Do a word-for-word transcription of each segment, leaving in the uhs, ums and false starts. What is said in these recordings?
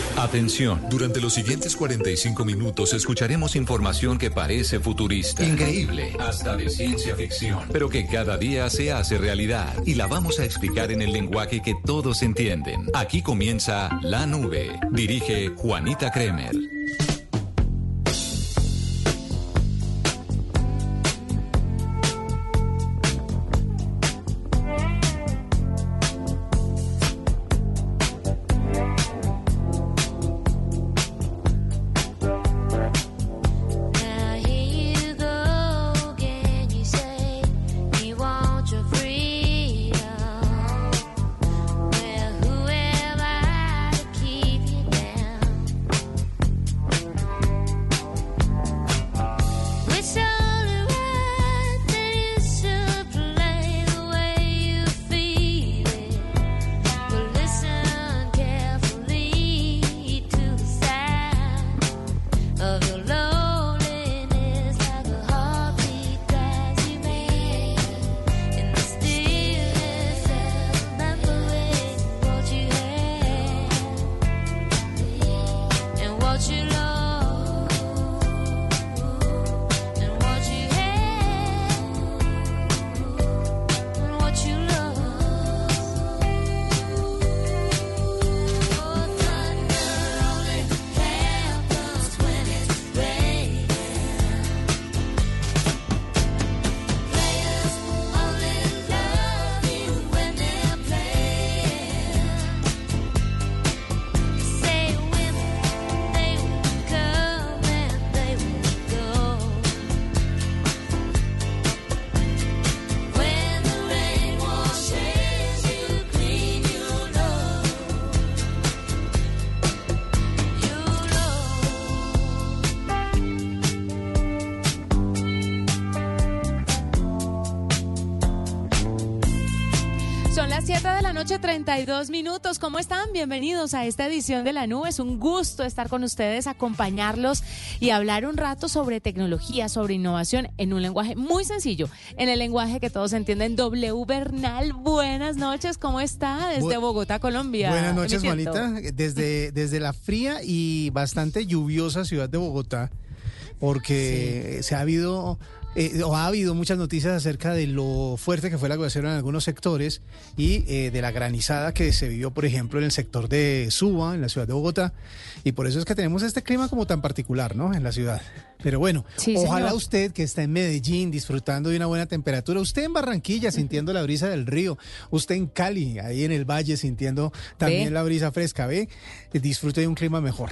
Atención, durante los siguientes cuarenta y cinco minutos escucharemos información que parece futurista, increíble, hasta de ciencia ficción, pero que cada día se hace realidad y la vamos a explicar en el lenguaje que todos entienden. Aquí comienza La Nube. Dirige Juanita Kremer. treinta y dos minutos. ¿Cómo están? Bienvenidos a esta edición de La Nube. Es un gusto estar con ustedes, acompañarlos y hablar un rato sobre tecnología, sobre innovación en un lenguaje muy sencillo, en el lenguaje que todos entienden. W Bernal, buenas noches. ¿Cómo está? Desde Bu- Bogotá, Colombia. Buenas noches, Juanita. Desde, desde la fría y bastante lluviosa ciudad de Bogotá, porque sí. se ha habido... Eh, o ha habido muchas noticias acerca de lo fuerte que fue el aguacero en algunos sectores y eh, de la granizada que se vivió, por ejemplo, en el sector de Suba, en la ciudad de Bogotá, y por eso es que tenemos este clima como tan particular, ¿no?, en la ciudad. Pero bueno, sí, ojalá señor. Usted que está en Medellín disfrutando de una buena temperatura, usted en Barranquilla sintiendo la brisa del río, usted en Cali, ahí en el valle sintiendo también ¿Ve? la brisa fresca, ve, disfrute de un clima mejor.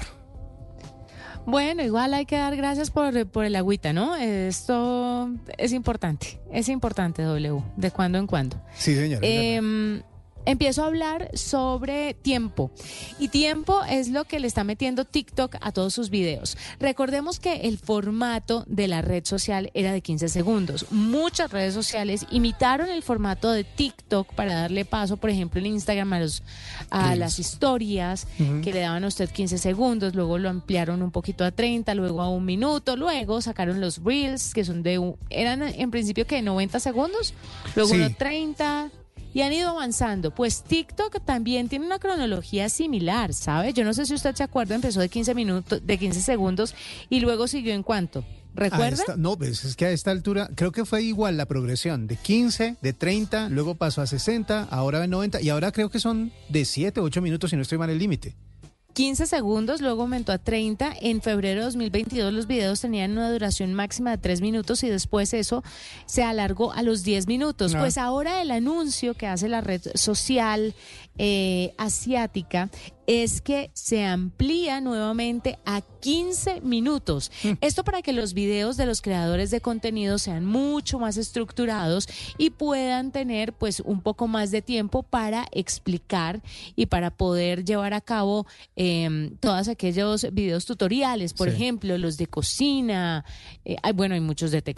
Bueno, igual hay que dar gracias por, por el agüita, ¿no? Esto es importante, es importante, W, de cuando en cuando. Sí, señora. Eh, empiezo a hablar sobre tiempo. Y tiempo es lo que le está metiendo TikTok a todos sus videos. Recordemos que el formato de la red social era de quince segundos. Muchas redes sociales imitaron el formato de TikTok para darle paso, por ejemplo, en Instagram a, los, a las historias uh-huh. que le daban a usted quince segundos. Luego lo ampliaron un poquito a treinta, luego a un minuto. Luego sacaron los Reels, que son de... eran en principio que noventa segundos, luego sí. uno treinta... y han ido avanzando. Pues TikTok también tiene una cronología similar, ¿sabe? Yo no sé si usted se acuerda, empezó de quince minutos, de quince segundos y luego siguió en ¿cuánto? ¿Recuerda? Esta, no, pues es que a esta altura creo que fue igual la progresión, de quince, de treinta, luego pasó a sesenta, ahora a noventa y ahora creo que son de siete, ocho minutos si no estoy mal el límite. quince segundos, luego aumentó a treinta. En febrero de dos mil veintidós los videos tenían una duración máxima de tres minutos y después eso se alargó a los diez minutos. No. Pues ahora el anuncio que hace la red social eh, asiática es que se amplía nuevamente a quince minutos. Mm. Esto para que los videos de los creadores de contenido sean mucho más estructurados y puedan tener pues un poco más de tiempo para explicar y para poder llevar a cabo eh, todos aquellos videos tutoriales, por sí. ejemplo, los de cocina, eh, hay, bueno, hay muchos de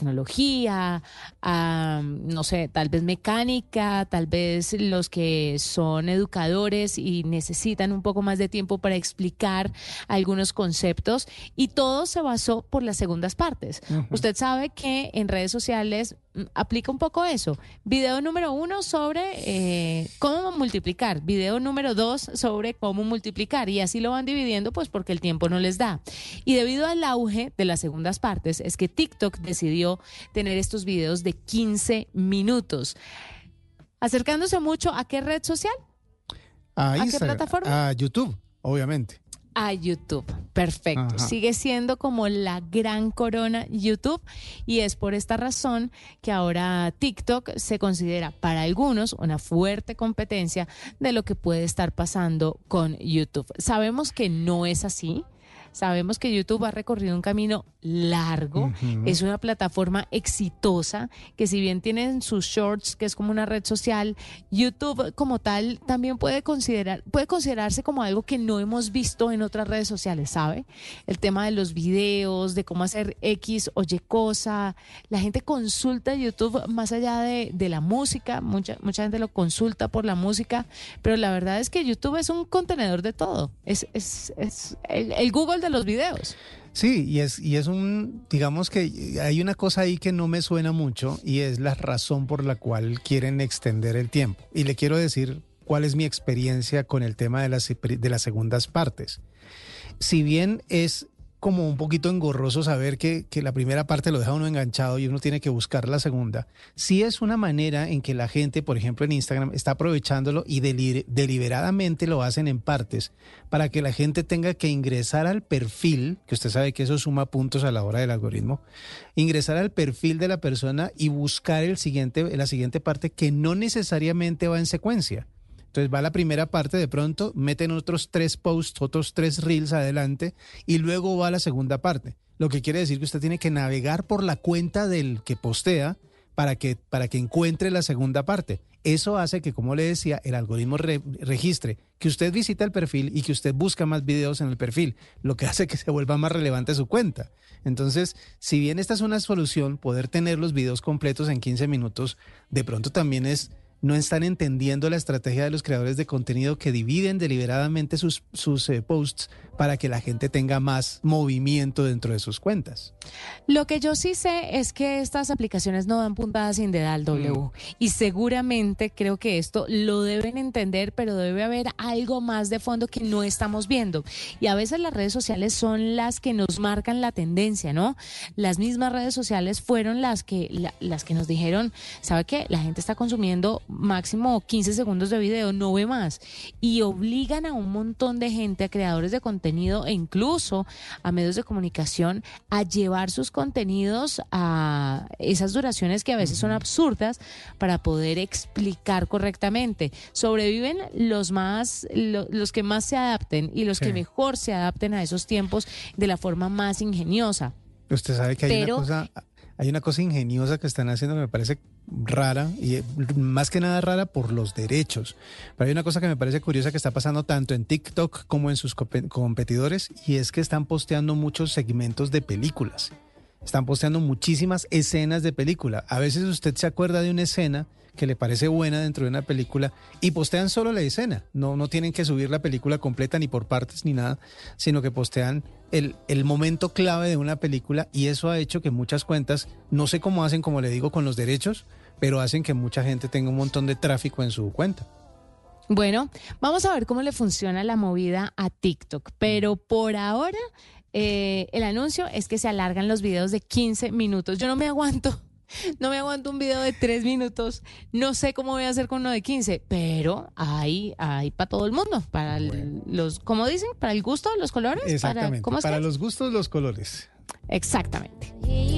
tecnología, uh, no sé, tal vez mecánica, tal vez los que son educativos, educadores y necesitan un poco más de tiempo para explicar algunos conceptos, y todo se basó por las segundas partes. Uh-huh. Usted sabe que en redes sociales aplica un poco eso. Video número uno sobre eh, cómo multiplicar, video número dos sobre cómo multiplicar, y así lo van dividiendo pues porque el tiempo no les da. Y debido al auge de las segundas partes es que TikTok decidió tener estos videos de quince minutos. Acercándose mucho ¿a qué red social? A, ¿A Instagram, qué plataforma? A YouTube, obviamente. A YouTube, perfecto. Ajá. Sigue siendo como la gran corona YouTube, y es por esta razón que ahora TikTok se considera para algunos una fuerte competencia de lo que puede estar pasando con YouTube. Sabemos que no es así. Sabemos que YouTube ha recorrido un camino largo, uh-huh. Es una plataforma exitosa, que si bien tienen sus shorts, que es como una red social, YouTube como tal también puede considerar, puede considerarse como algo que no hemos visto en otras redes sociales, ¿sabe? El tema de los videos, de cómo hacer X o Y cosa, la gente consulta YouTube más allá de, de la música, mucha, mucha gente lo consulta por la música, pero la verdad es que YouTube es un contenedor de todo, es, es, es el, el Google de los videos. Sí, y es, y es un, digamos que hay una cosa ahí que no me suena mucho, y es la razón por la cual quieren extender el tiempo. Y le quiero decir cuál es mi experiencia con el tema de las, de las segundas partes. Si bien es como un poquito engorroso saber que, que la primera parte lo deja uno enganchado y uno tiene que buscar la segunda, sí es una manera en que la gente, por ejemplo en Instagram, está aprovechándolo y deli- deliberadamente lo hacen en partes para que la gente tenga que ingresar al perfil, que usted sabe que eso suma puntos a la hora del algoritmo, ingresar al perfil de la persona y buscar el siguiente, la siguiente parte que no necesariamente va en secuencia. Entonces va la primera parte, de pronto meten otros tres posts, otros tres reels adelante, y luego va la segunda parte. Lo que quiere decir que usted tiene que navegar por la cuenta del que postea para que, para que encuentre la segunda parte. Eso hace que, como le decía, el algoritmo re- registre que usted visita el perfil y que usted busca más videos en el perfil, lo que hace que se vuelva más relevante su cuenta. Entonces, si bien esta es una solución, poder tener los videos completos en quince minutos, de pronto también es... no están entendiendo la estrategia de los creadores de contenido que dividen deliberadamente sus, sus eh, posts para que la gente tenga más movimiento dentro de sus cuentas. Lo que yo sí sé es que estas aplicaciones no dan puntada sin dedal, W. Mm. Y seguramente creo que esto lo deben entender, pero debe haber algo más de fondo que no estamos viendo. Y a veces las redes sociales son las que nos marcan la tendencia, ¿no? Las mismas redes sociales fueron las que, la, las que nos dijeron, ¿sabe qué? La gente está consumiendo máximo quince segundos de video, no ve más, y obligan a un montón de gente, a creadores de contenido e incluso a medios de comunicación a llevar sus contenidos a esas duraciones que a veces son absurdas para poder explicar correctamente. Sobreviven los más, lo, los que más se adapten y los sí. que mejor se adapten a esos tiempos de la forma más ingeniosa. Usted sabe que hay Pero, una cosa... Hay una cosa ingeniosa que están haciendo que me parece rara, y más que nada rara por los derechos. Pero hay una cosa que me parece curiosa que está pasando tanto en TikTok como en sus competidores, y es que están posteando muchos segmentos de películas. Están posteando muchísimas escenas de película. A veces usted se acuerda de una escena que le parece buena dentro de una película y postean solo la escena. No, no tienen que subir la película completa ni por partes ni nada, sino que postean el, el momento clave de una película, y eso ha hecho que muchas cuentas, no sé cómo hacen, como le digo, con los derechos, pero hacen que mucha gente tenga un montón de tráfico en su cuenta. Bueno, vamos a ver cómo le funciona la movida a TikTok, pero por ahora eh, el anuncio es que se alargan los videos de quince minutos. Yo no me aguanto. No me aguanto un video de tres minutos, no sé cómo voy a hacer con uno de quince, pero hay, hay para todo el mundo, para el, bueno. los, ¿cómo dicen? Para el gusto, los colores. Exactamente, para, ¿cómo es para que? los gustos, los colores. Exactamente.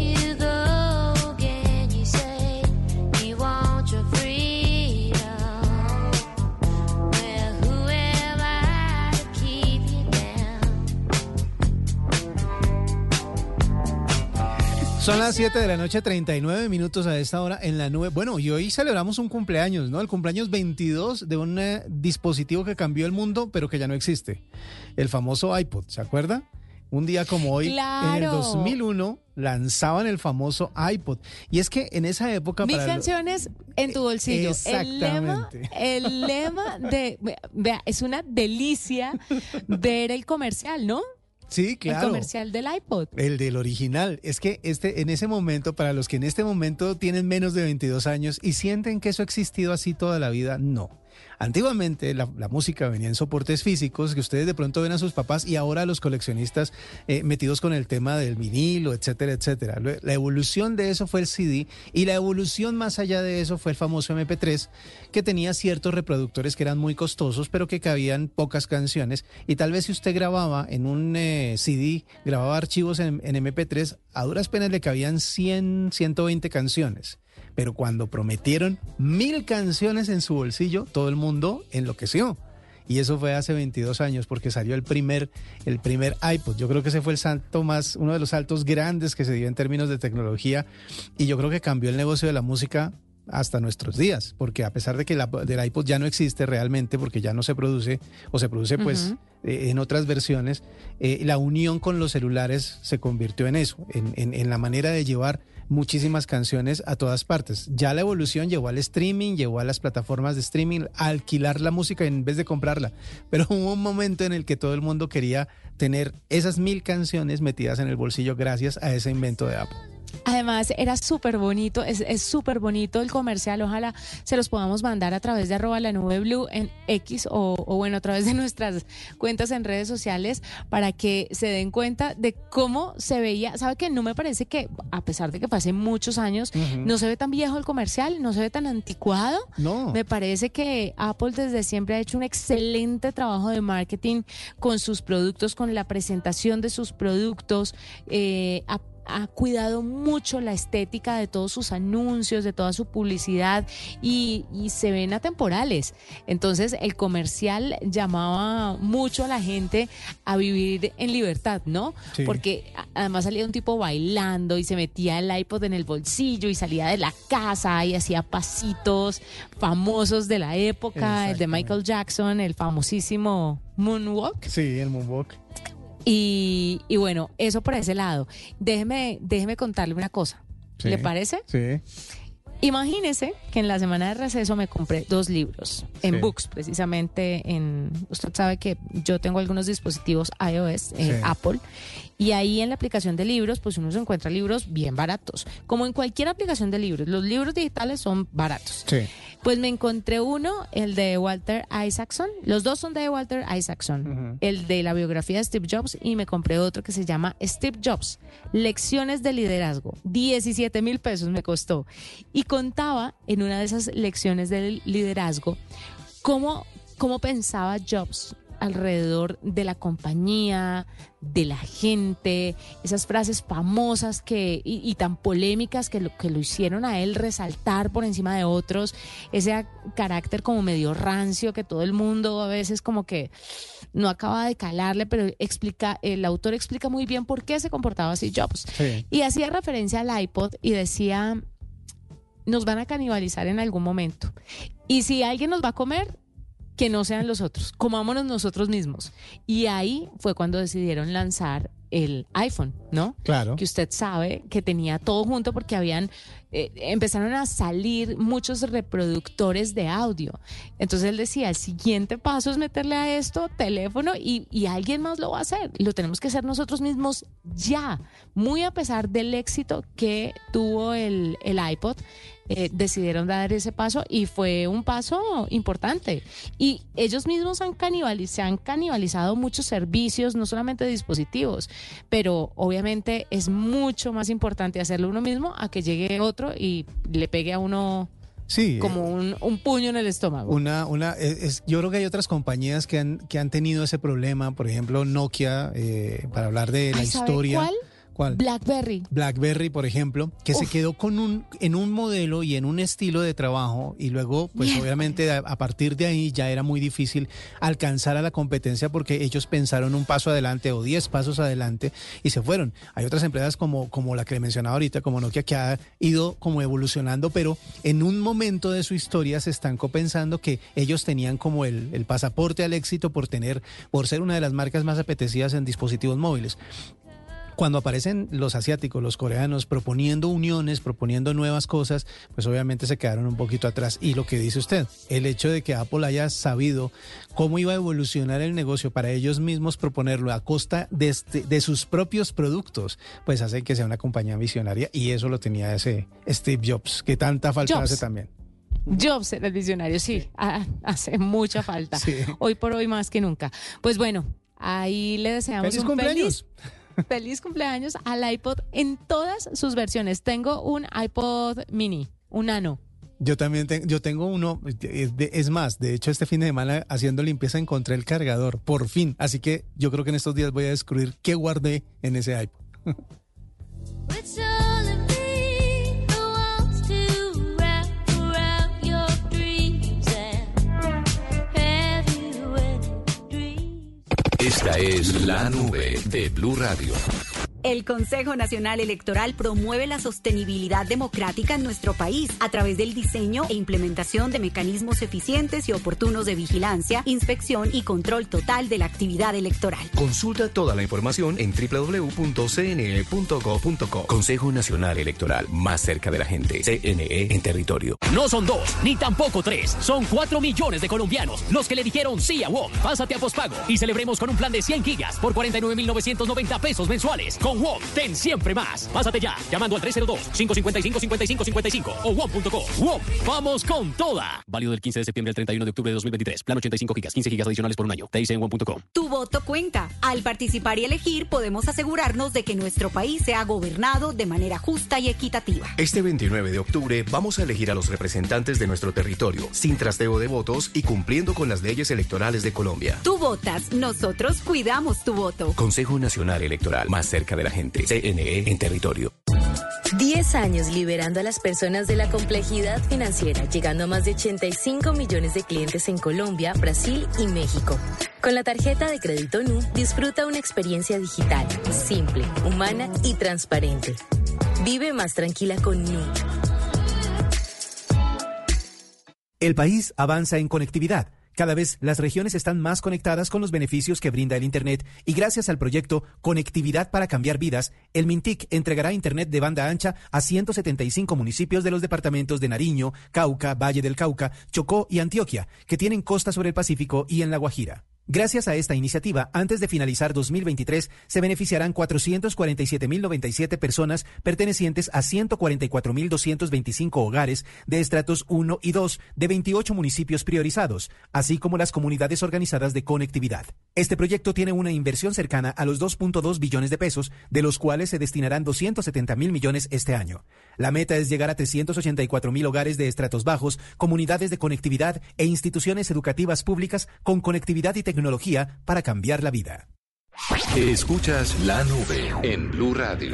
Son las siete de la noche, treinta y nueve minutos a esta hora en la nube. Bueno, y hoy celebramos un cumpleaños, ¿no? El cumpleaños veintidós de un eh, dispositivo que cambió el mundo, pero que ya no existe. El famoso iPod, ¿se acuerda? Un día como hoy, Claro. en el dos mil uno, lanzaban el famoso iPod. Y es que en esa época... Mil para lo- canciones en tu bolsillo. El lema, Exactamente. el lema de... Vea, es una delicia ver el comercial, ¿no? Sí, claro. El comercial del iPod. El del original. Es que este, en ese momento, para los que en este momento tienen menos de veintidós años y sienten que eso ha existido así toda la vida, no. Antiguamente la, la música venía en soportes físicos que ustedes de pronto ven a sus papás y ahora los coleccionistas eh, metidos con el tema del vinilo, etcétera, etcétera. Lo- La evolución de eso fue el C D y la evolución más allá de eso fue el famoso M P tres, que tenía ciertos reproductores que eran muy costosos pero que cabían pocas canciones, y tal vez si usted grababa en un eh, C D, grababa archivos en, en M P tres, a duras penas le cabían cien, ciento veinte canciones. Pero cuando prometieron mil canciones en su bolsillo, todo el mundo enloqueció. Y eso fue hace veintidós años, porque salió el primer, el primer iPod. Yo creo que ese fue el salto más, uno de los saltos grandes que se dio en términos de tecnología. Y yo creo que cambió el negocio de la música hasta nuestros días, porque a pesar de que la, del iPod ya no existe realmente, porque ya no se produce, o se produce pues Ujú. eh, en otras versiones, eh, la unión con los celulares se convirtió en eso, en, en, en la manera de llevar muchísimas canciones a todas partes. Ya la evolución llevó al streaming, llevó a las plataformas de streaming a alquilar la música en vez de comprarla. Pero hubo un momento en el que todo el mundo quería tener esas mil canciones metidas en el bolsillo gracias a ese invento de Apple. Además, era súper bonito, es es súper bonito el comercial. Ojalá se los podamos mandar a través de arroba la nube blue en X o, o bueno, a través de nuestras cuentas en redes sociales para que se den cuenta de cómo se veía. ¿Sabe que no me parece que, a pesar de que pasen muchos años, Ujú. no se ve tan viejo el comercial, no se ve tan anticuado? No. Me parece que Apple desde siempre ha hecho un excelente trabajo de marketing con sus productos, con la presentación de sus productos, eh, ha ha cuidado mucho la estética de todos sus anuncios, de toda su publicidad y, y se ven atemporales. Entonces el comercial llamaba mucho a la gente a vivir en libertad, ¿no? Sí. Porque a- además salía un tipo bailando y se metía el iPod en el bolsillo y salía de la casa y hacía pasitos famosos de la época, el de Michael Jackson, el famosísimo Moonwalk. Sí, el Moonwalk. Y, y bueno, eso por ese lado. Déjeme, déjeme contarle una cosa. Sí. ¿Le parece? Sí. Imagínese que en la semana de receso me compré dos libros en Sí. Books, precisamente en... Usted sabe que yo tengo algunos dispositivos iOS, eh, Sí. Apple, y ahí en la aplicación de libros, pues uno se encuentra libros bien baratos. Como en cualquier aplicación de libros, los libros digitales son baratos. Sí. Pues me encontré uno, el de Walter Isaacson. Los dos son de Walter Isaacson. Ujú. El de la biografía de Steve Jobs, y me compré otro que se llama Steve Jobs, Lecciones de Liderazgo. diecisiete mil pesos me costó. Y contaba en una de esas lecciones de liderazgo cómo, cómo pensaba Jobs alrededor de la compañía, de la gente, esas frases famosas que y, y tan polémicas que lo, que lo hicieron a él resaltar por encima de otros, ese carácter como medio rancio que todo el mundo a veces como que no acaba de calarle, pero explica, el autor explica muy bien por qué se comportaba así Jobs. Sí. Y hacía referencia al iPod y decía, nos van a canibalizar en algún momento. Y si alguien nos va a comer, que no sean los otros, comámonos nosotros mismos. Y ahí fue cuando decidieron lanzar el iPhone, ¿no? Claro. Que usted sabe que tenía todo junto porque habían, eh, empezaron a salir muchos reproductores de audio. Entonces él decía, el siguiente paso es meterle a esto teléfono y, y alguien más lo va a hacer. Lo tenemos que hacer nosotros mismos ya. Muy a pesar del éxito que tuvo el, el iPod, eh, decidieron dar ese paso y fue un paso importante. Y ellos mismos han canibaliz- se han canibalizado muchos servicios, no solamente dispositivos, pero obviamente es mucho más importante hacerlo uno mismo a que llegue otro y le pegue a uno Sí. como un, un puño en el estómago. Una, una, es, es- yo creo que hay otras compañías que han, que han tenido ese problema, por ejemplo Nokia, eh, para hablar de la Ay, ¿sabe historia. cuál? ¿Cuál? BlackBerry. BlackBerry, por ejemplo, que Uf. se quedó con un en un modelo y en un estilo de trabajo y luego, pues yeah. obviamente a, a partir de ahí ya era muy difícil alcanzar a la competencia porque ellos pensaron un paso adelante o diez pasos adelante y se fueron. Hay otras empresas como, como la que le mencionaba ahorita, como Nokia, que ha ido como evolucionando, pero en un momento de su historia se estancó pensando que ellos tenían como el, el pasaporte al éxito por tener, por ser una de las marcas más apetecidas en dispositivos móviles. Cuando aparecen los asiáticos, los coreanos, proponiendo uniones, proponiendo nuevas cosas, pues obviamente se quedaron un poquito atrás. Y lo que dice usted, el hecho de que Apple haya sabido cómo iba a evolucionar el negocio para ellos mismos proponerlo a costa de, este, de sus propios productos, pues hace que sea una compañía visionaria y eso lo tenía ese Steve Jobs, que tanta falta Jobs. hace también. Jobs era el visionario, sí, ah, hace mucha falta, sí. Hoy por hoy más que nunca. Pues bueno, ahí le deseamos ¡Feliz un cumpleaños! feliz... Feliz cumpleaños al iPod en todas sus versiones. Tengo un iPod mini, un nano. Yo también te, yo tengo uno, es más, de hecho este fin de semana haciendo limpieza encontré el cargador, por fin. Así que yo creo que en estos días voy a descubrir qué guardé en ese iPod. Esta es La Nube de Blue Radio. El Consejo Nacional Electoral promueve la sostenibilidad democrática en nuestro país a través del diseño e implementación de mecanismos eficientes y oportunos de vigilancia, inspección y control total de la actividad electoral. Consulta toda la información en doble u doble u doble u punto c n e punto gov punto co. Consejo Nacional Electoral, más cerca de la gente. C N E en territorio. No son dos, ni tampoco tres. Son cuatro millones de colombianos los que le dijeron sí a WOM. Pásate a pospago y celebremos con un plan de cien gigas por cuarenta y nueve mil novecientos noventa pesos mensuales. Con WOM, ten siempre más. Pásate ya, llamando al tres cero dos, cinco cinco cinco, cinco cinco cinco cinco o WOM punto co. WOM, vamos con toda. Válido del quince de septiembre al treinta y uno de octubre de dos mil veintitrés. Plan ochenta y cinco gigas, quince gigas adicionales por un año. Te dice en WOM punto com. Tu voto cuenta. Al participar y elegir, podemos asegurarnos de que nuestro país sea gobernado de manera justa y equitativa. Este veintinueve de octubre vamos a elegir a los representantes de nuestro territorio, sin trasteo de votos y cumpliendo con las leyes electorales de Colombia. Tú votas, nosotros cuidamos tu voto. Consejo Nacional Electoral, más cerca de la gente. C N E en territorio. diez años liberando a las personas de la complejidad financiera, llegando a más de ochenta y cinco millones de clientes en Colombia, Brasil y México. Con la tarjeta de crédito Nu, disfruta una experiencia digital, simple, humana y transparente. Vive más tranquila con Nu. El país avanza en conectividad. Cada vez las regiones están más conectadas con los beneficios que brinda el Internet y gracias al proyecto Conectividad para Cambiar Vidas, el Mintic entregará Internet de banda ancha a ciento setenta y cinco municipios de los departamentos de Nariño, Cauca, Valle del Cauca, Chocó y Antioquia, que tienen costa sobre el Pacífico y en La Guajira. Gracias a esta iniciativa, antes de finalizar dos mil veintitrés, se beneficiarán cuatrocientos cuarenta y siete mil noventa y siete personas pertenecientes a ciento cuarenta y cuatro mil doscientos veinticinco hogares de estratos uno y dos de veintiocho municipios priorizados, así como las comunidades organizadas de conectividad. Este proyecto tiene una inversión cercana a los dos punto dos billones de pesos, de los cuales se destinarán doscientos setenta mil millones este año. La meta es llegar a trescientos ochenta y cuatro mil hogares de estratos bajos, comunidades de conectividad e instituciones educativas públicas con conectividad y tecnología para cambiar la vida. Escuchas La Nube en Blue Radio.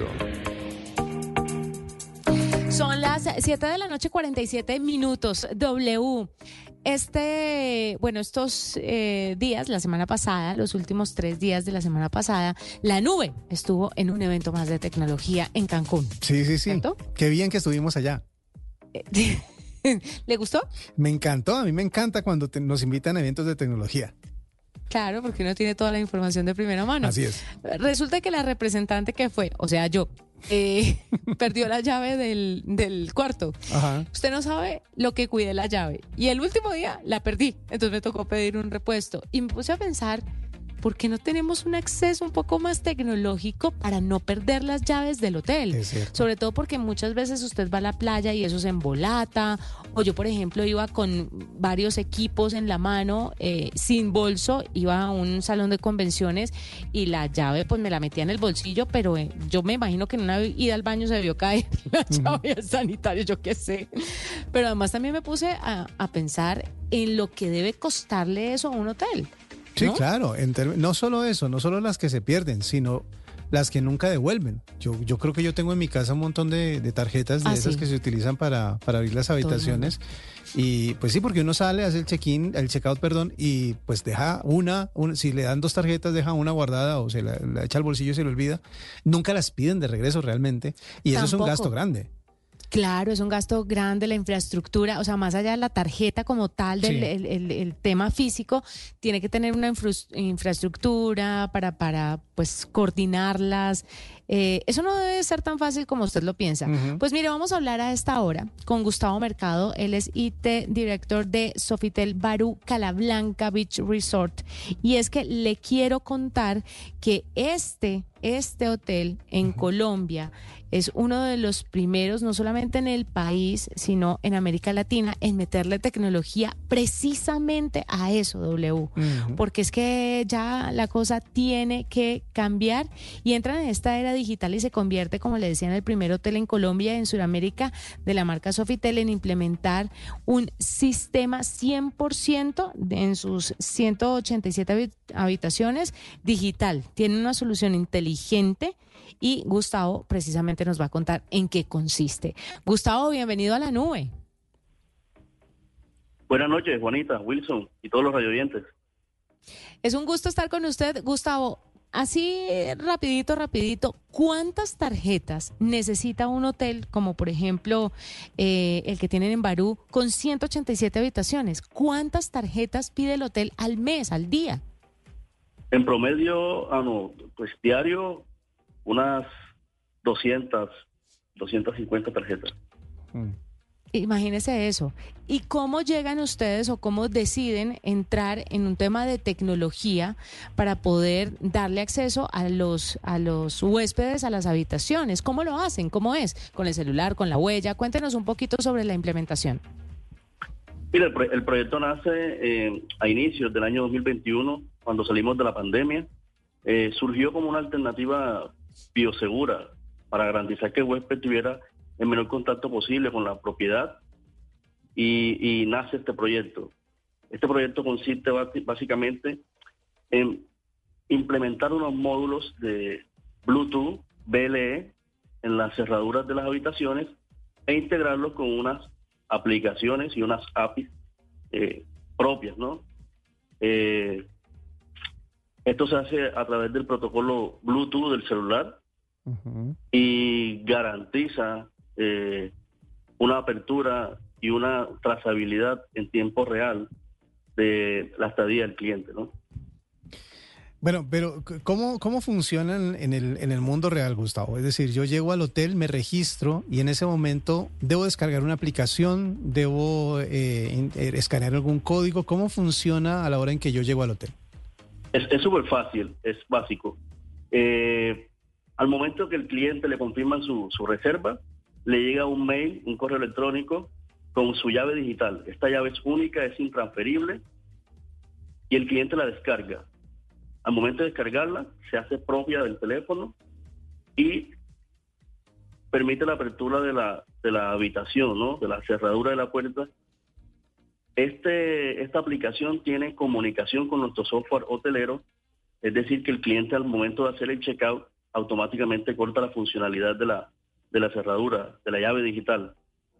Son las siete de la noche, cuarenta y siete minutos. W. Este, bueno, estos eh, días, la semana pasada, los últimos tres días de la semana pasada, La Nube estuvo en un evento más de tecnología en Cancún. Sí, sí, sí. ¿Cierto? Qué bien que estuvimos allá. ¿Le gustó? Me encantó, a mí me encanta cuando te, nos invitan a eventos de tecnología. Claro, porque uno tiene toda la información de primera mano. Así es. Resulta que la representante que fue, o sea, yo, eh, perdió la llave del, del cuarto. Ajá. Usted no sabe lo que cuidé la llave. Y el último día la perdí. Entonces me tocó pedir un repuesto. Y me puse a pensar, ¿por qué no tenemos un acceso un poco más tecnológico para no perder las llaves del hotel? Es cierto. Sobre todo porque muchas veces usted va a la playa y eso se embolata. O yo, por ejemplo, iba con varios equipos en la mano, eh, sin bolso, iba a un salón de convenciones y la llave pues me la metía en el bolsillo, pero eh, yo me imagino que en una ida al baño se vio caer la llave uh-huh. sanitaria, yo qué sé. Pero además también me puse a, a pensar en lo que debe costarle eso a un hotel. Sí, ¿no? claro. En ter- no solo eso, no solo las que se pierden, sino las que nunca devuelven. Yo, yo creo que yo tengo en mi casa un montón de, de tarjetas de Ah, esas sí. que se utilizan para, para abrir las habitaciones. Y pues sí, porque uno sale, hace el check-in, el check-out, perdón, y pues deja una, una, si le dan dos tarjetas, deja una guardada o se la, la echa al bolsillo y se le olvida. Nunca las piden de regreso realmente. Y eso es un Tampoco. gasto grande. Claro, es un gasto grande, la infraestructura, o sea, más allá de la tarjeta como tal, del Sí. el, el- el tema físico, tiene que tener una infrus- infraestructura para, para pues, coordinarlas. Eh, eso no debe ser tan fácil como usted lo piensa. Ujú. Pues mire, vamos a hablar a esta hora con Gustavo Mercado, él es I T Director de Sofitel Barú Calablanca Beach Resort, y es que le quiero contar que este, este hotel en Colombia es uno de los primeros, no solamente en el país, sino en América Latina, en meterle tecnología precisamente a eso, W. Ujú. Porque es que ya la cosa tiene que cambiar y entran en esta era digital y se convierte, como le decía, en el primer hotel en Colombia y en Sudamérica de la marca Sofitel en implementar un sistema cien por ciento de- en sus ciento ochenta y siete habi- habitaciones digital. Tiene una solución inteligente y Gustavo precisamente nos va a contar en qué consiste. Gustavo, bienvenido a la nube. Buenas noches, Juanita, Wilson y todos los radioyentes. Es un gusto estar con usted, Gustavo. Así eh, rapidito, rapidito, ¿cuántas tarjetas necesita un hotel como por ejemplo eh, el que tienen en Barú con ciento ochenta y siete habitaciones? ¿Cuántas tarjetas pide el hotel al mes, al día? En promedio, ah, no, pues diario, unas doscientas, doscientas cincuenta tarjetas. Mm. Imagínese eso. ¿Y cómo llegan ustedes o cómo deciden entrar en un tema de tecnología para poder darle acceso a los a los huéspedes a las habitaciones? ¿Cómo lo hacen? ¿Cómo es? ¿Con el celular, con la huella? Cuéntenos un poquito sobre la implementación. Mira, el, pro- el proyecto nace eh, a inicios del año dos mil veintiuno, cuando salimos de la pandemia. Eh, surgió como una alternativa biosegura para garantizar que el huésped tuviera el menor contacto posible con la propiedad y, y nace este proyecto. Este proyecto consiste basi- básicamente en implementar unos módulos de Bluetooth B L E en las cerraduras de las habitaciones e integrarlos con unas aplicaciones y unas A P Is eh, propias, ¿no? Eh, esto se hace a través del protocolo Bluetooth del celular Ujú. y garantiza eh, una apertura y una trazabilidad en tiempo real de la estadía del cliente, ¿no? Bueno, pero c- ¿cómo, cómo funcionan en el, en el mundo real, Gustavo? Es decir, yo llego al hotel, me registro y en ese momento debo descargar una aplicación, debo eh, in- eh, escanear algún código. ¿Cómo funciona a la hora en que yo llego al hotel? Es es súper fácil, es básico. Eh, al momento que el cliente le confirma su, su reserva, le llega un mail, un correo electrónico con su llave digital. Esta llave es única, es intransferible y el cliente la descarga. Al momento de descargarla, se hace propia del teléfono y permite la apertura de la, de la habitación, ¿no? De la cerradura de la puerta. Este, esta aplicación tiene comunicación con nuestro software hotelero, es decir, que el cliente al momento de hacer el checkout automáticamente corta la funcionalidad de la, de la cerradura, de la llave digital.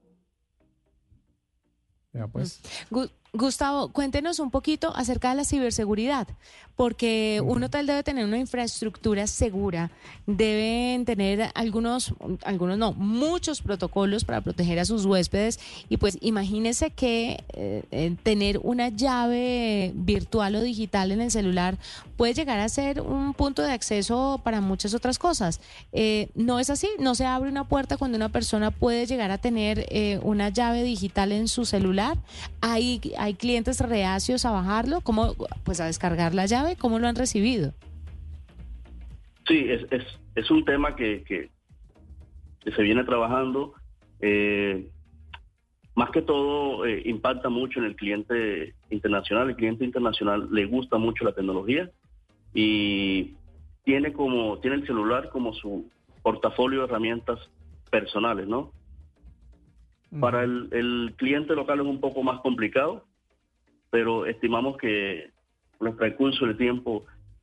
Ya, pues. Gu- Gustavo, cuéntenos un poquito acerca de la ciberseguridad, porque un hotel debe tener una infraestructura segura, deben tener algunos, algunos no, muchos protocolos para proteger a sus huéspedes y pues imagínese que eh, eh, tener una llave virtual o digital en el celular puede llegar a ser un punto de acceso para muchas otras cosas. Eh, no es así, no se abre una puerta cuando una persona puede llegar a tener eh, una llave digital en su celular. Hay, hay clientes reacios a bajarlo, ¿cómo, pues a descargar la llave? ¿Cómo lo han recibido? Sí, es, es, es un tema que, que, que se viene trabajando. Eh, más que todo, eh, impacta mucho en el cliente internacional. El cliente internacional le gusta mucho la tecnología y tiene como tiene el celular como su portafolio de herramientas personales, ¿no? Para el, el cliente local es un poco más complicado, pero estimamos que con el transcurso del tiempo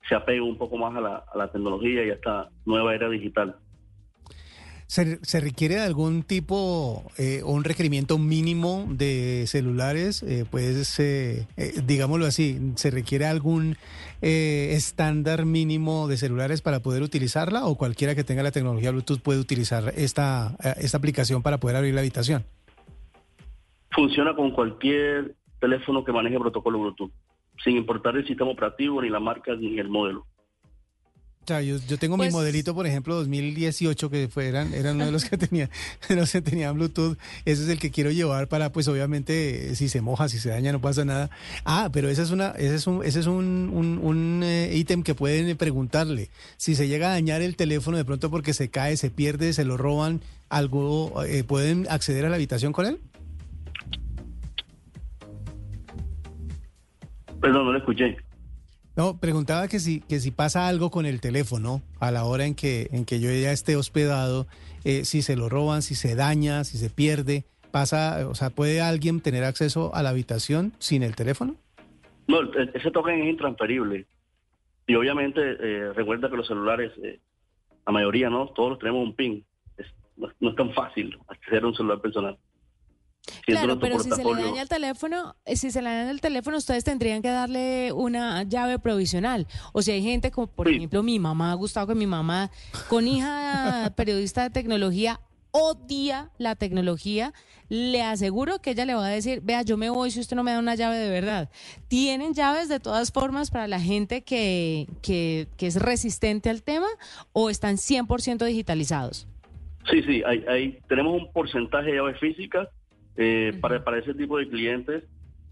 se apegue un poco más a la, a la tecnología y a esta nueva era digital. ¿Se, se requiere de algún tipo eh, o un requerimiento mínimo de celulares? Eh, pues, eh, eh, digámoslo así, ¿se requiere algún eh, estándar mínimo de celulares para poder utilizarla o cualquiera que tenga la tecnología Bluetooth puede utilizar esta, esta aplicación para poder abrir la habitación? Funciona con cualquier teléfono que maneje protocolo Bluetooth, sin importar el sistema operativo, ni la marca, ni el modelo. O sea, yo, yo tengo pues, mi modelito, por ejemplo, dos mil dieciocho, que fueran, eran uno de los que tenía, no se tenía Bluetooth. Ese es el que quiero llevar para, pues, obviamente, si se moja, si se daña, no pasa nada. Ah, pero ese es una, ese es un, ese es un, un, un eh, ítem que pueden preguntarle. Si se llega a dañar el teléfono de pronto porque se cae, se pierde, se lo roban, algo, eh, ¿pueden acceder a la habitación con él? Perdón, no lo escuché. No, preguntaba que si que si pasa algo con el teléfono a la hora en que en que yo ya esté hospedado, eh, si se lo roban, si se daña, si se pierde, pasa, o sea, ¿puede alguien tener acceso a la habitación sin el teléfono? No, ese token es intransferible. Y obviamente, eh, recuerda que los celulares, eh, la mayoría, ¿no? Todos tenemos un PIN. Es, no, no es tan fácil acceder a un celular personal. Claro, pero si se le daña el teléfono, si se le daña el teléfono, ustedes tendrían que darle una llave provisional. O sea, hay gente como, por sí. ejemplo, mi mamá, Gustavo, que mi mamá, con hija periodista de tecnología, odia la tecnología. Le aseguro que ella le va a decir, vea, yo me voy si usted no me da una llave de verdad. ¿Tienen llaves de todas formas para la gente que, que, que es resistente al tema o están cien por ciento digitalizados? Sí, sí, hay, hay, tenemos un porcentaje de llaves físicas. Eh, uh-huh. para, para ese tipo de clientes,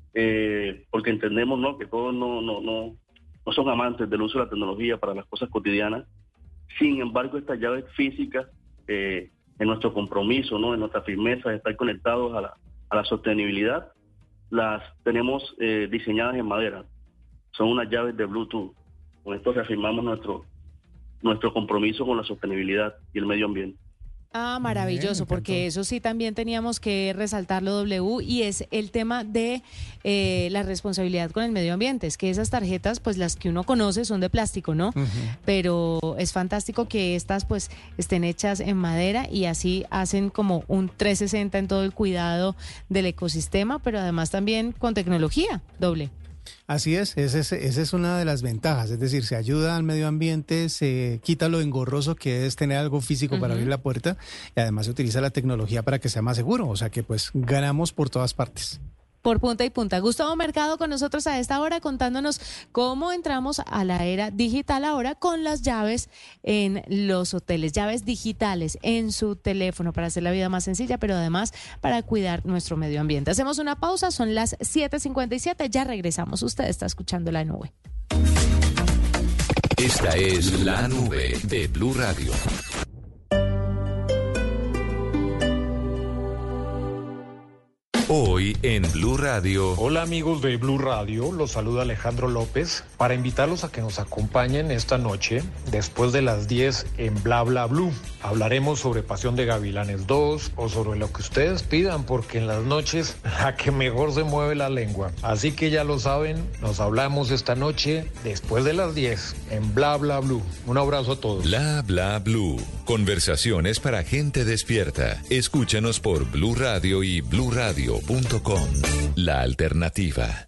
eh, porque entendemos, ¿no?, que todos no, no, no, no son amantes del uso de la tecnología para las cosas cotidianas. Sin embargo, estas llaves físicas, eh, en nuestro compromiso, ¿no?, en nuestra firmeza de estar conectados a la, a la sostenibilidad, las tenemos eh, diseñadas en madera. Son unas llaves de Bluetooth. Con esto reafirmamos nuestro, nuestro compromiso con la sostenibilidad y el medio ambiente. Ah, maravilloso, porque eso sí también teníamos que resaltarlo, W, y es el tema de eh, la responsabilidad con el medio ambiente. Es que esas tarjetas, pues las que uno conoce son de plástico, ¿no? Uh-huh. Pero es fantástico que estas pues estén hechas en madera y así hacen como un trescientos sesenta en todo el cuidado del ecosistema, pero además también con tecnología, doble. Así es, esa es, esa es una de las ventajas, es decir, se ayuda al medio ambiente, se quita lo engorroso que es tener algo físico uh-huh. para abrir la puerta y además se utiliza la tecnología para que sea más seguro, o sea que pues ganamos por todas partes. Por punta y punta. Gustavo Mercado con nosotros a esta hora contándonos cómo entramos a la era digital ahora con las llaves en los hoteles, llaves digitales en su teléfono para hacer la vida más sencilla, pero además para cuidar nuestro medio ambiente. Hacemos una pausa, son las siete cincuenta y siete, ya regresamos. Usted está escuchando La Nube. Esta es La Nube de Blue Radio. Hoy en Blue Radio. Hola amigos de Blue Radio, los saluda Alejandro López para invitarlos a que nos acompañen esta noche después de las diez en Bla Bla Blue. Hablaremos sobre Pasión de Gavilanes dos o sobre lo que ustedes pidan, porque en las noches la que mejor se mueve la lengua. Así que ya lo saben, nos hablamos esta noche después de las diez en Bla Bla Blue. Un abrazo a todos. Bla Bla Blue. Conversaciones para gente despierta. Escúchanos por Blue Radio y blue radio punto com. La alternativa.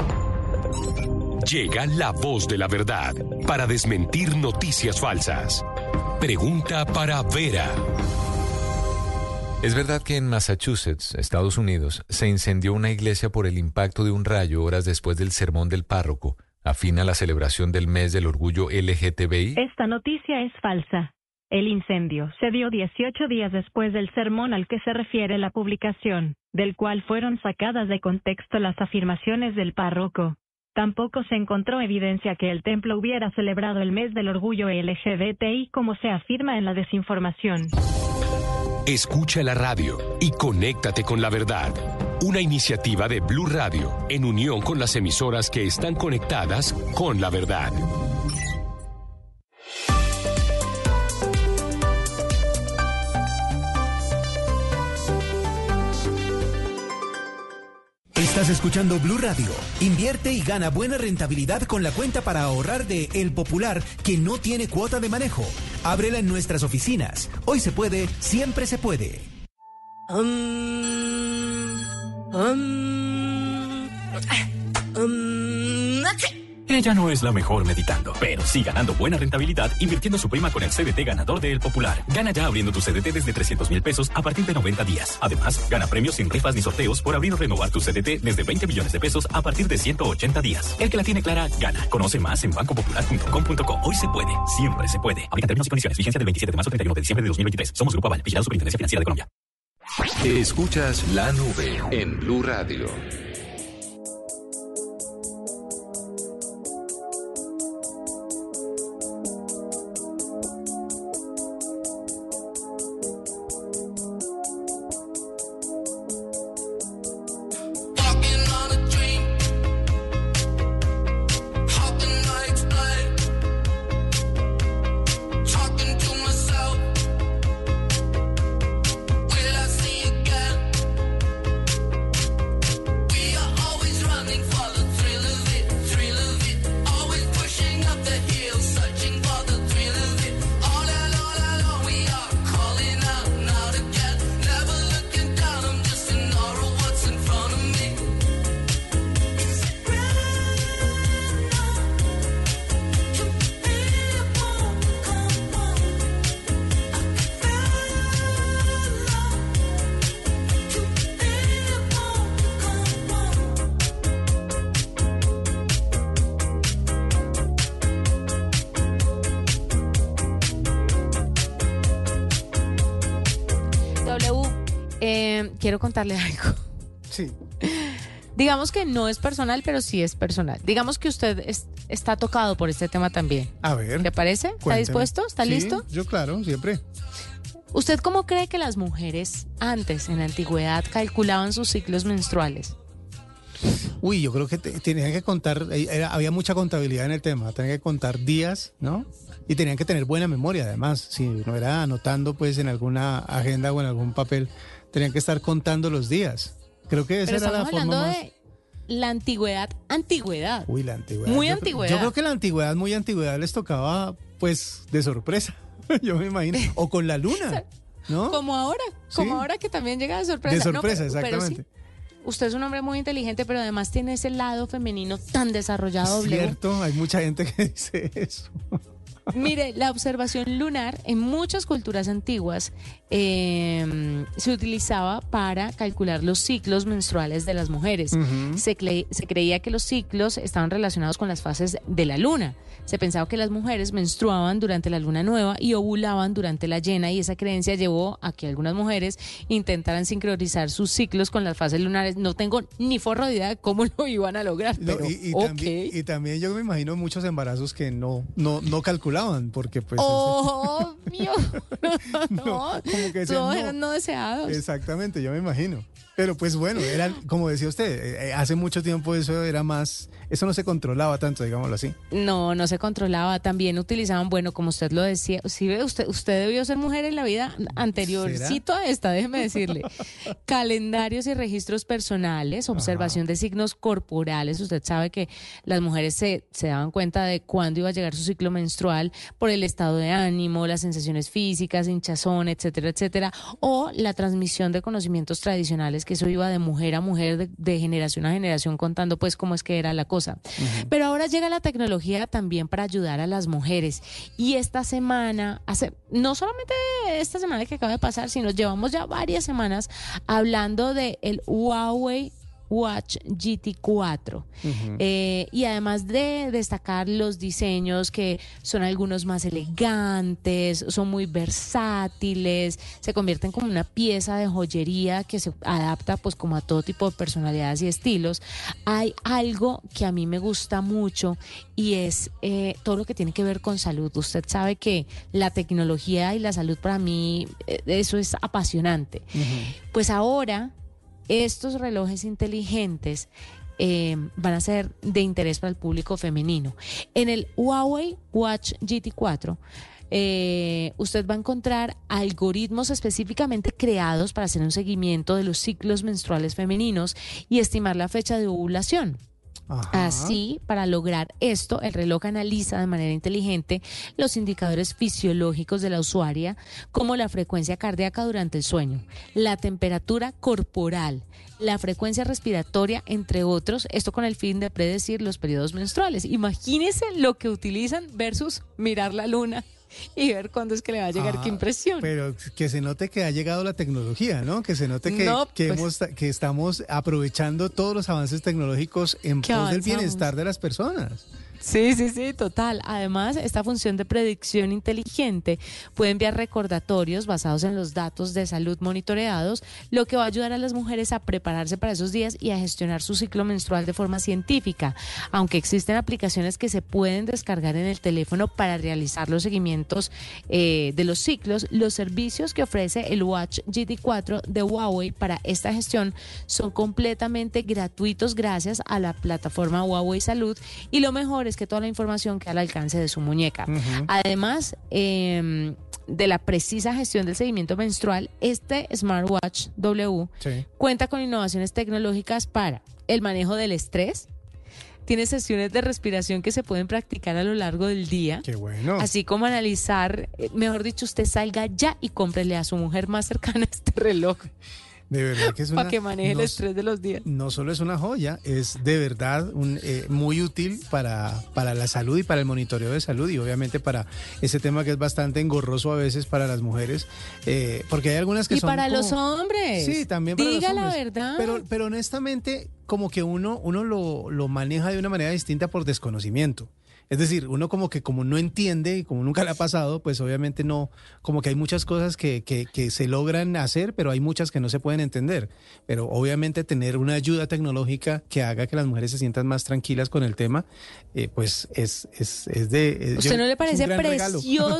Llega la voz de la verdad para desmentir noticias falsas. Pregunta para Vera. ¿Es verdad que en Massachusetts, Estados Unidos, se incendió una iglesia por el impacto de un rayo horas después del sermón del párroco, afín a la celebración del mes del orgullo L G T B I? Esta noticia es falsa. El incendio se dio dieciocho días después del sermón al que se refiere la publicación, del cual fueron sacadas de contexto las afirmaciones del párroco. Tampoco se encontró evidencia que el templo hubiera celebrado el mes del orgullo L G B T I como se afirma en la desinformación. Escucha la radio y conéctate con la verdad. Una iniciativa de Blue Radio en unión con las emisoras que están conectadas con la verdad. Estás Estás escuchando Blue Radio. Invierte y gana buena rentabilidad con la cuenta para ahorrar de El Popular, que no tiene cuota de manejo. Ábrela en nuestras oficinas. Hoy se puede, siempre se puede. Um, um, um, Ella no es la mejor meditando, pero sí ganando buena rentabilidad invirtiendo su prima con el C D T ganador de El Popular. Gana ya abriendo tu C D T desde trescientos mil pesos a partir de noventa días. Además, gana premios sin rifas ni sorteos por abrir o renovar tu C D T desde veinte millones de pesos a partir de ciento ochenta días. El que la tiene clara, gana. Conoce más en banco popular punto com punto co. Hoy se puede, siempre se puede. Aplica términos y condiciones. Vigencia del veintisiete de marzo al treinta y uno de diciembre de dos mil veintitrés. Somos Grupo Aval, vigilado Superintendencia Financiera de Colombia. Escuchas La Nube en Blue Radio. Quiero contarle algo. Sí. Digamos que no es personal, pero sí es personal. Digamos que usted es, está tocado por este tema también. A ver. ¿Le parece? ¿Está Cuénteme. dispuesto? ¿Está Sí, listo? Yo, claro, siempre. ¿Usted cómo cree que las mujeres antes, en la antigüedad, calculaban sus ciclos menstruales? Uy, yo creo que te, tenían que contar, era, había mucha contabilidad en el tema, tenían que contar días, ¿no? Y tenían que tener buena memoria, además, si no era anotando pues en alguna agenda o en algún papel, tenían que estar contando los días. Creo que esa Pero era la estamos forma hablando más... de la antigüedad, antigüedad. Uy, la antigüedad. Muy yo, antigüedad. Yo creo que la antigüedad, muy antigüedad, les tocaba pues de sorpresa, yo me imagino, o con la luna, ¿no? Como ahora, como Sí. ahora que también llega de sorpresa. De sorpresa, No, pero- pero exactamente. sí, usted es un hombre muy inteligente, pero además tiene ese lado femenino tan desarrollado. W. Cierto, hay mucha gente que dice eso. Mire, la observación lunar en muchas culturas antiguas eh, se utilizaba para calcular los ciclos menstruales de las mujeres. Ujú. se, cre- se creía que los ciclos estaban relacionados con las fases de la luna. Se pensaba que las mujeres menstruaban durante la luna nueva y ovulaban durante la llena, y esa creencia llevó a que algunas mujeres intentaran sincronizar sus ciclos con las fases lunares. No tengo ni forro de idea de cómo lo iban a lograr, No, pero y, y ok. también, y también yo me imagino muchos embarazos que no, no, no calculaban, porque pues... Obvio. no, como que decían, Todos no. eran no deseados. Exactamente, yo me imagino. Pero pues bueno, eran, como decía usted, eh, hace mucho tiempo eso era más, eso no se controlaba tanto, digámoslo así. No, no se controlaba. También utilizaban, bueno, como usted lo decía, si ve usted, usted debió ser mujer en la vida anteriorcito a esta, déjeme decirle. Calendarios y registros personales, observación de signos corporales. Usted sabe que las mujeres se, se daban cuenta de cuándo iba a llegar su ciclo menstrual por el estado de ánimo, las sensaciones físicas, hinchazón, etcétera, etcétera, o la transmisión de conocimientos tradicionales, que eso iba de mujer a mujer, de, de generación a generación, contando pues cómo es que era la cosa. Uh-huh. Pero ahora llega la tecnología también para ayudar a las mujeres. Y esta semana, hace, no solamente esta semana que acaba de pasar, sino llevamos ya varias semanas hablando de el Huawei Watch G T cuatro. Uh-huh. eh, y además de destacar los diseños, que son algunos más elegantes, son muy versátiles, se convierten como una pieza de joyería que se adapta pues como a todo tipo de personalidades y estilos. Hay algo que a mí me gusta mucho, y es eh, todo lo que tiene que ver con salud. Usted sabe que la tecnología y la salud, para mí, eh, eso es apasionante. Uh-huh. Pues ahora estos relojes inteligentes eh, van a ser de interés para el público femenino. En el Huawei Watch G T cuatro, eh, usted va a encontrar algoritmos específicamente creados para hacer un seguimiento de los ciclos menstruales femeninos y estimar la fecha de ovulación. Ajá. Así, para lograr esto, el reloj analiza de manera inteligente los indicadores fisiológicos de la usuaria, como la frecuencia cardíaca durante el sueño, la temperatura corporal, la frecuencia respiratoria, entre otros, esto con el fin de predecir los periodos menstruales. Imagínense lo que utilizan versus mirar la luna y ver cuándo es que le va a llegar, ah, qué impresión. Pero que se note que ha llegado la tecnología, ¿no? Que se note que, no, que, pues, hemos, que estamos aprovechando todos los avances tecnológicos en pos avanzamos. del bienestar de las personas. Sí, sí, sí, total. Además, esta función de predicción inteligente puede enviar recordatorios basados en los datos de salud monitoreados, lo que va a ayudar a las mujeres a prepararse para esos días y a gestionar su ciclo menstrual de forma científica. Aunque existen aplicaciones que se pueden descargar en el teléfono para realizar los seguimientos eh, de los ciclos, los servicios que ofrece el Watch G T cuatro de Huawei para esta gestión son completamente gratuitos gracias a la plataforma Huawei Salud, y lo mejor es que toda la información queda al alcance de su muñeca. Uh-huh. Además eh, de la precisa gestión del seguimiento menstrual, este Smartwatch W sí. cuenta con innovaciones tecnológicas para el manejo del estrés. Tiene sesiones de respiración que se pueden practicar a lo largo del día. Qué bueno. Así como analizar, mejor dicho, usted salga ya y cómprele a su mujer más cercana este reloj. De verdad que es una... Para que maneje no, el estrés de los días. No solo es una joya, es de verdad un, eh, muy útil para, para la salud y para el monitoreo de salud, y obviamente para ese tema que es bastante engorroso a veces para las mujeres, eh, porque hay algunas que y son... Y para como... los hombres. Sí, también para Diga los hombres. la verdad. Pero, pero honestamente, como que uno, uno lo, lo maneja de una manera distinta por desconocimiento. Es decir, uno como que como no entiende y como nunca le ha pasado, pues obviamente no, como que hay muchas cosas que, que, que se logran hacer, pero hay muchas que no se pueden entender. Pero obviamente tener una ayuda tecnológica que haga que las mujeres se sientan más tranquilas con el tema, eh, pues es, es, es de... Es, ¿Usted yo, no le parece precioso?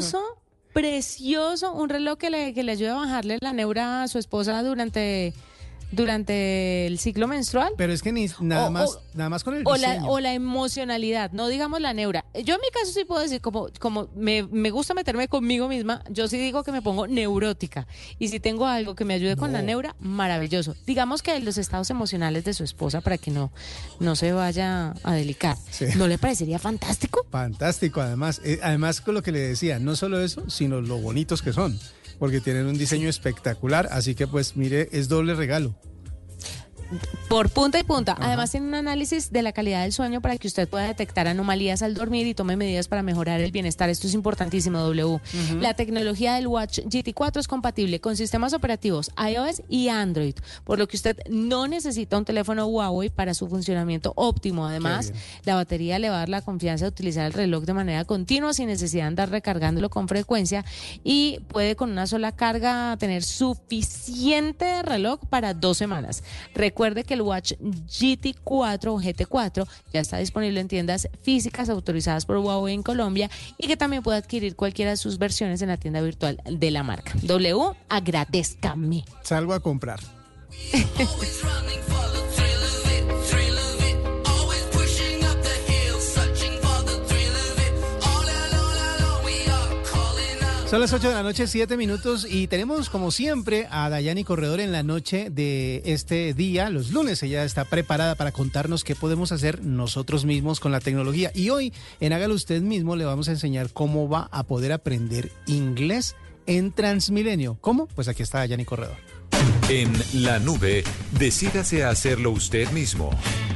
Precioso, un reloj que le, que le ayude a bajarle la neura a su esposa durante... durante el ciclo menstrual? Pero es que ni nada o, más o, nada más con el o diseño. la, o la emocionalidad, no digamos la neura. Yo en mi caso sí puedo decir, como, como me, me gusta meterme conmigo misma, yo sí digo que me pongo neurótica. Y si tengo algo que me ayude no. con la neura, maravilloso. Digamos que los estados emocionales de su esposa, para que no, no se vaya a delicar. Sí. ¿No le parecería fantástico? Fantástico, además. Eh, además, con lo que le decía, no solo eso, sino lo bonitos que son. Porque tienen un diseño espectacular, así que pues mire, es doble regalo. Por punta y punta. Ajá. Además tiene un análisis de la calidad del sueño para que usted pueda detectar anomalías al dormir y tome medidas para mejorar el bienestar. Esto es importantísimo, W. Uh-huh. La tecnología del Watch G T cuatro es compatible con sistemas operativos iOS y Android, por lo que usted no necesita un teléfono Huawei para su funcionamiento óptimo. Además, la batería le va a dar la confianza de utilizar el reloj de manera continua sin necesidad de andar recargándolo con frecuencia, y puede con una sola carga tener suficiente reloj para dos semanas. Recuerde que el Watch G T cuatro o G T cuatro ya está disponible en tiendas físicas autorizadas por Huawei en Colombia, y que también puede adquirir cualquiera de sus versiones en la tienda virtual de la marca. W, agradézcame. Salgo a comprar. Son las ocho de la noche, siete minutos, y tenemos como siempre a Dayani Corredor en la noche de este día, los lunes. Ella está preparada para contarnos qué podemos hacer nosotros mismos con la tecnología. Y hoy en Hágalo Usted Mismo le vamos a enseñar cómo va a poder aprender inglés en Transmilenio. ¿Cómo? Pues aquí está Dayani Corredor. En la nube, decídase a hacerlo usted mismo.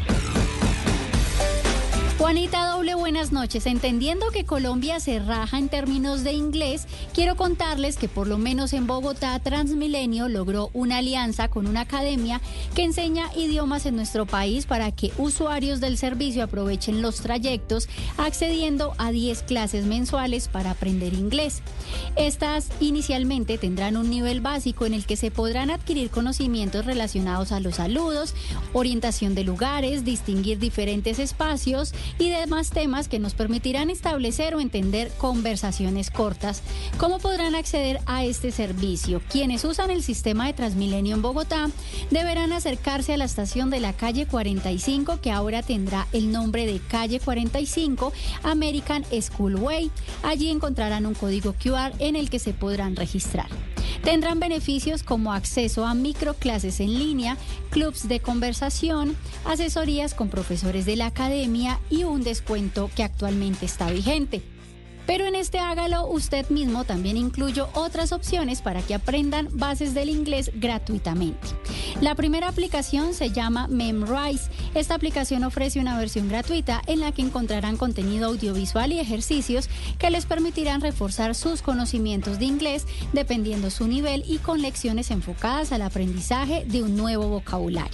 Juanita Doble, buenas noches. Entendiendo que Colombia se raja en términos de inglés, quiero contarles que por lo menos en Bogotá, Transmilenio logró una alianza con una academia que enseña idiomas en nuestro país para que usuarios del servicio aprovechen los trayectos, accediendo a diez clases mensuales para aprender inglés. Estas inicialmente tendrán un nivel básico en el que se podrán adquirir conocimientos relacionados a los saludos, orientación de lugares, distinguir diferentes espacios y demás temas sistemas que nos permitirán establecer o entender conversaciones cortas. ¿Cómo podrán acceder a este servicio? Quienes usan el sistema de Transmilenio en Bogotá deberán acercarse a la estación de la calle cuarenta y cinco, que ahora tendrá el nombre de calle cuarenta y cinco American Schoolway. Allí encontrarán un código Q R en el que se podrán registrar. Tendrán beneficios como acceso a microclases en línea, clubs de conversación, asesorías con profesores de la academia y un descuento que actualmente está vigente. Pero en este Hágalo usted mismo también incluyo otras opciones para que aprendan bases del inglés gratuitamente. La primera aplicación se llama Memrise. Esta aplicación ofrece una versión gratuita en la que encontrarán contenido audiovisual y ejercicios que les permitirán reforzar sus conocimientos de inglés dependiendo su nivel y con lecciones enfocadas al aprendizaje de un nuevo vocabulario.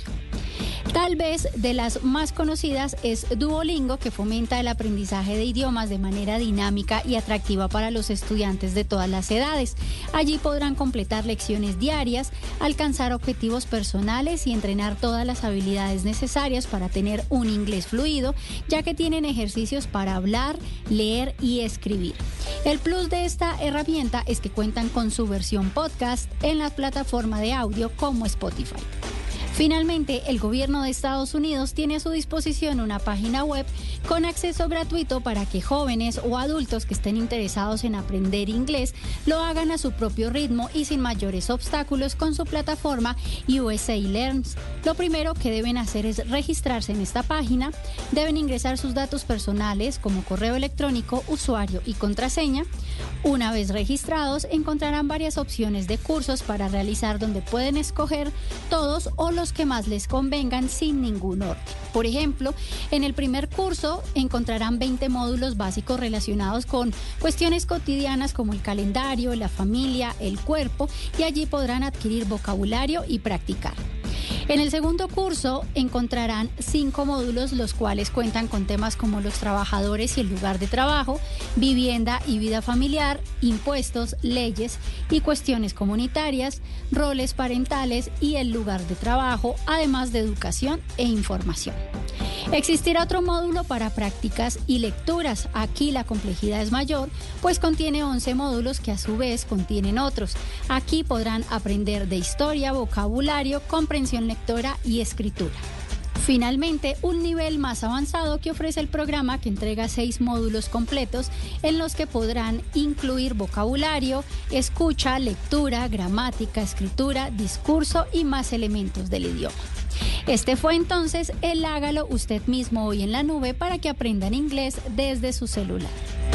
Tal vez de las más conocidas es Duolingo, que fomenta el aprendizaje de idiomas de manera dinámica y atractiva para los estudiantes de todas las edades. Allí podrán completar lecciones diarias, alcanzar objetivos personales y entrenar todas las habilidades necesarias para tener un inglés fluido, ya que tienen ejercicios para hablar, leer y escribir. El plus de esta herramienta es que cuentan con su versión podcast en la plataforma de audio como Spotify. Finalmente, el gobierno de Estados Unidos tiene a su disposición una página web con acceso gratuito para que jóvenes o adultos que estén interesados en aprender inglés lo hagan a su propio ritmo y sin mayores obstáculos con su plataforma U S A Learns. Lo primero que deben hacer es registrarse en esta página, deben ingresar sus datos personales como correo electrónico, usuario y contraseña. Una vez registrados, encontrarán varias opciones de cursos para realizar donde pueden escoger todos o los que más les convengan sin ningún orden. Por ejemplo, en el primer curso encontrarán veinte módulos básicos relacionados con cuestiones cotidianas como el calendario, la familia, el cuerpo, y allí podrán adquirir vocabulario y practicar. En el segundo curso encontrarán cinco módulos, los cuales cuentan con temas como los trabajadores y el lugar de trabajo, vivienda y vida familiar, impuestos, leyes y cuestiones comunitarias, roles parentales y el lugar de trabajo, además de educación e información. Existirá otro módulo para prácticas y lecturas. Aquí la complejidad es mayor, pues contiene once módulos que a su vez contienen otros. Aquí podrán aprender de historia, vocabulario, comprensión lectora y escritura. Finalmente, un nivel más avanzado que ofrece el programa, que entrega seis módulos completos en los que podrán incluir vocabulario, escucha, lectura, gramática, escritura, discurso y más elementos del idioma. Este fue entonces el Hágalo usted mismo hoy en la nube para que aprendan inglés desde su celular.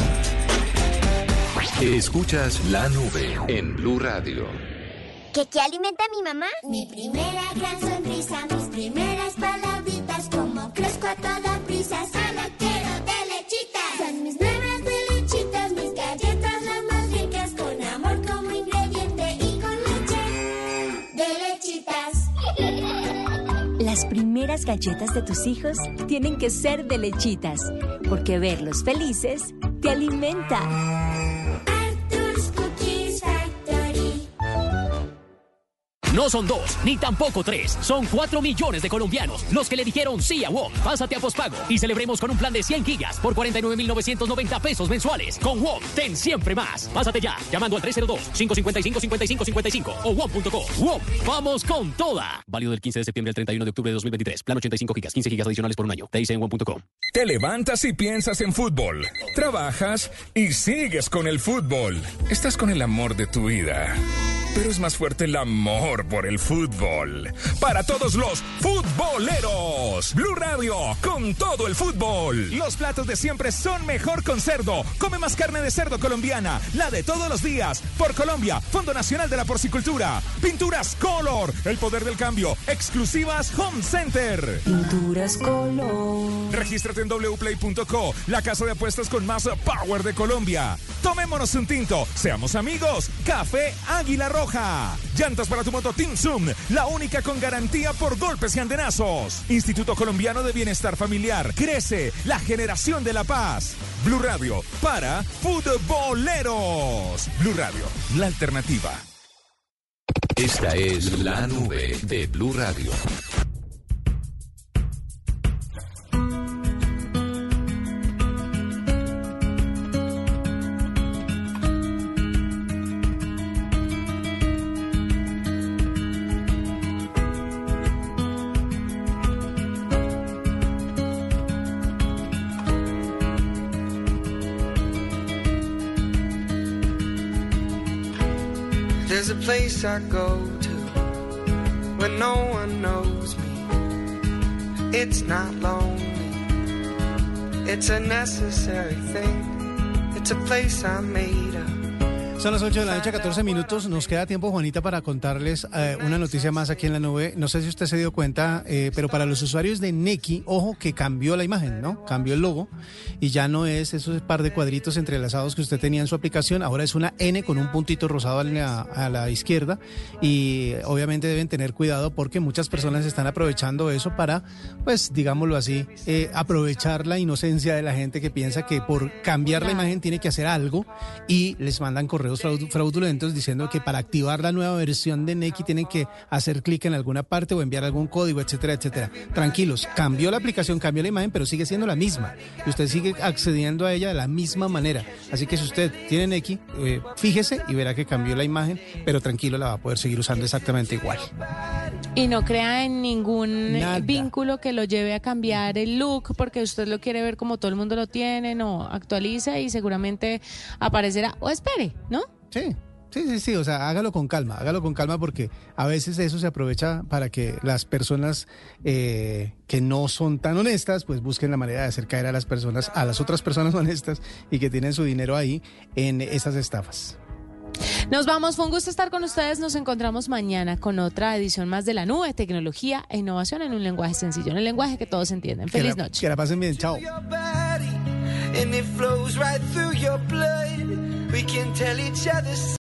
Escuchas La Nube en Blue Radio. ¿Qué, qué alimenta a mi mamá? Mi primera gran sonrisa, mis primeras palabritas, como crezco a toda prisa, solo quiero de lechitas. Son mis nuevas de lechitas, mis galletas las más ricas, con amor como ingrediente y con leche de lechitas. Las primeras galletas de tus hijos tienen que ser de lechitas, porque verlos felices te alimenta. No son dos, ni tampoco tres. Son cuatro millones de colombianos los que le dijeron sí a WOM. Pásate a pospago y celebremos con un plan de cien gigas por cuarenta y nueve mil novecientos noventa pesos mensuales. Con WOM, ten siempre más. Pásate ya, llamando al tres cero dos, cinco cinco cinco, cinco cinco cinco cinco o WOM punto com. WOM, vamos con toda. Válido del quince de septiembre al treinta y uno de octubre de dos mil veintitrés. Plan ochenta y cinco gigas, quince gigas adicionales por un año. Te dice en WOM punto com. Te levantas y piensas en fútbol. Trabajas y sigues con el fútbol. Estás con el amor de tu vida. Pero es más fuerte el amor por el fútbol. Para todos los futboleros, Blue Radio, con todo el fútbol. Los platos de siempre son mejor con cerdo. Come más carne de cerdo colombiana, la de todos los días. Por Colombia, Fondo Nacional de la Porcicultura. Pinturas Color, el poder del cambio. Exclusivas Home Center. Pinturas Color. Regístrate en doble u play punto co, la casa de apuestas con más power de Colombia. Tomémonos un tinto, seamos amigos. Café Águila Roja. Llantas para tu moto Team Zoom, la única con garantía por golpes y andenazos. Instituto Colombiano de Bienestar Familiar. Crece la generación de la paz. Blue Radio, para futboleros. Blue Radio, la alternativa. Esta es La Nube de Blue Radio. There's a place I go to when no one knows me. It's not lonely. It's a necessary thing. It's a place I made up. Son las ocho de la noche, catorce minutos. Nos queda tiempo, Juanita, para contarles eh, una noticia más aquí en la nube. No sé si usted se dio cuenta, eh, pero para los usuarios de Nequi, ojo que cambió la imagen, ¿no? Cambió el logo y ya no es esos par de cuadritos entrelazados que usted tenía en su aplicación. Ahora es una N con un puntito rosado a la, a la izquierda y obviamente deben tener cuidado porque muchas personas están aprovechando eso para, pues, digámoslo así, eh, aprovechar la inocencia de la gente que piensa que por cambiar la imagen tiene que hacer algo y les mandan correos fraudulentos diciendo que para activar la nueva versión de Nequi tienen que hacer clic en alguna parte o enviar algún código, etcétera, etcétera. Tranquilos, cambió la aplicación, cambió la imagen, pero sigue siendo la misma y usted sigue accediendo a ella de la misma manera. Así que si usted tiene Nequi, eh, fíjese y verá que cambió la imagen, pero tranquilo, la va a poder seguir usando exactamente igual. Y no crea en ningún Nada. vínculo que lo lleve a cambiar el look porque usted lo quiere ver como todo el mundo lo tiene, no, actualiza y seguramente aparecerá, o espere, ¿no? Sí. Sí, sí, sí, o sea, hágalo con calma, hágalo con calma porque a veces eso se aprovecha para que las personas eh, que no son tan honestas, pues busquen la manera de hacer caer a las personas, a las otras personas honestas y que tienen su dinero ahí en esas estafas. Nos vamos, fue un gusto estar con ustedes, nos encontramos mañana con otra edición más de La Nube, tecnología e innovación en un lenguaje sencillo, en el lenguaje que todos entienden. Feliz que la, noche. Que la pasen bien, chao.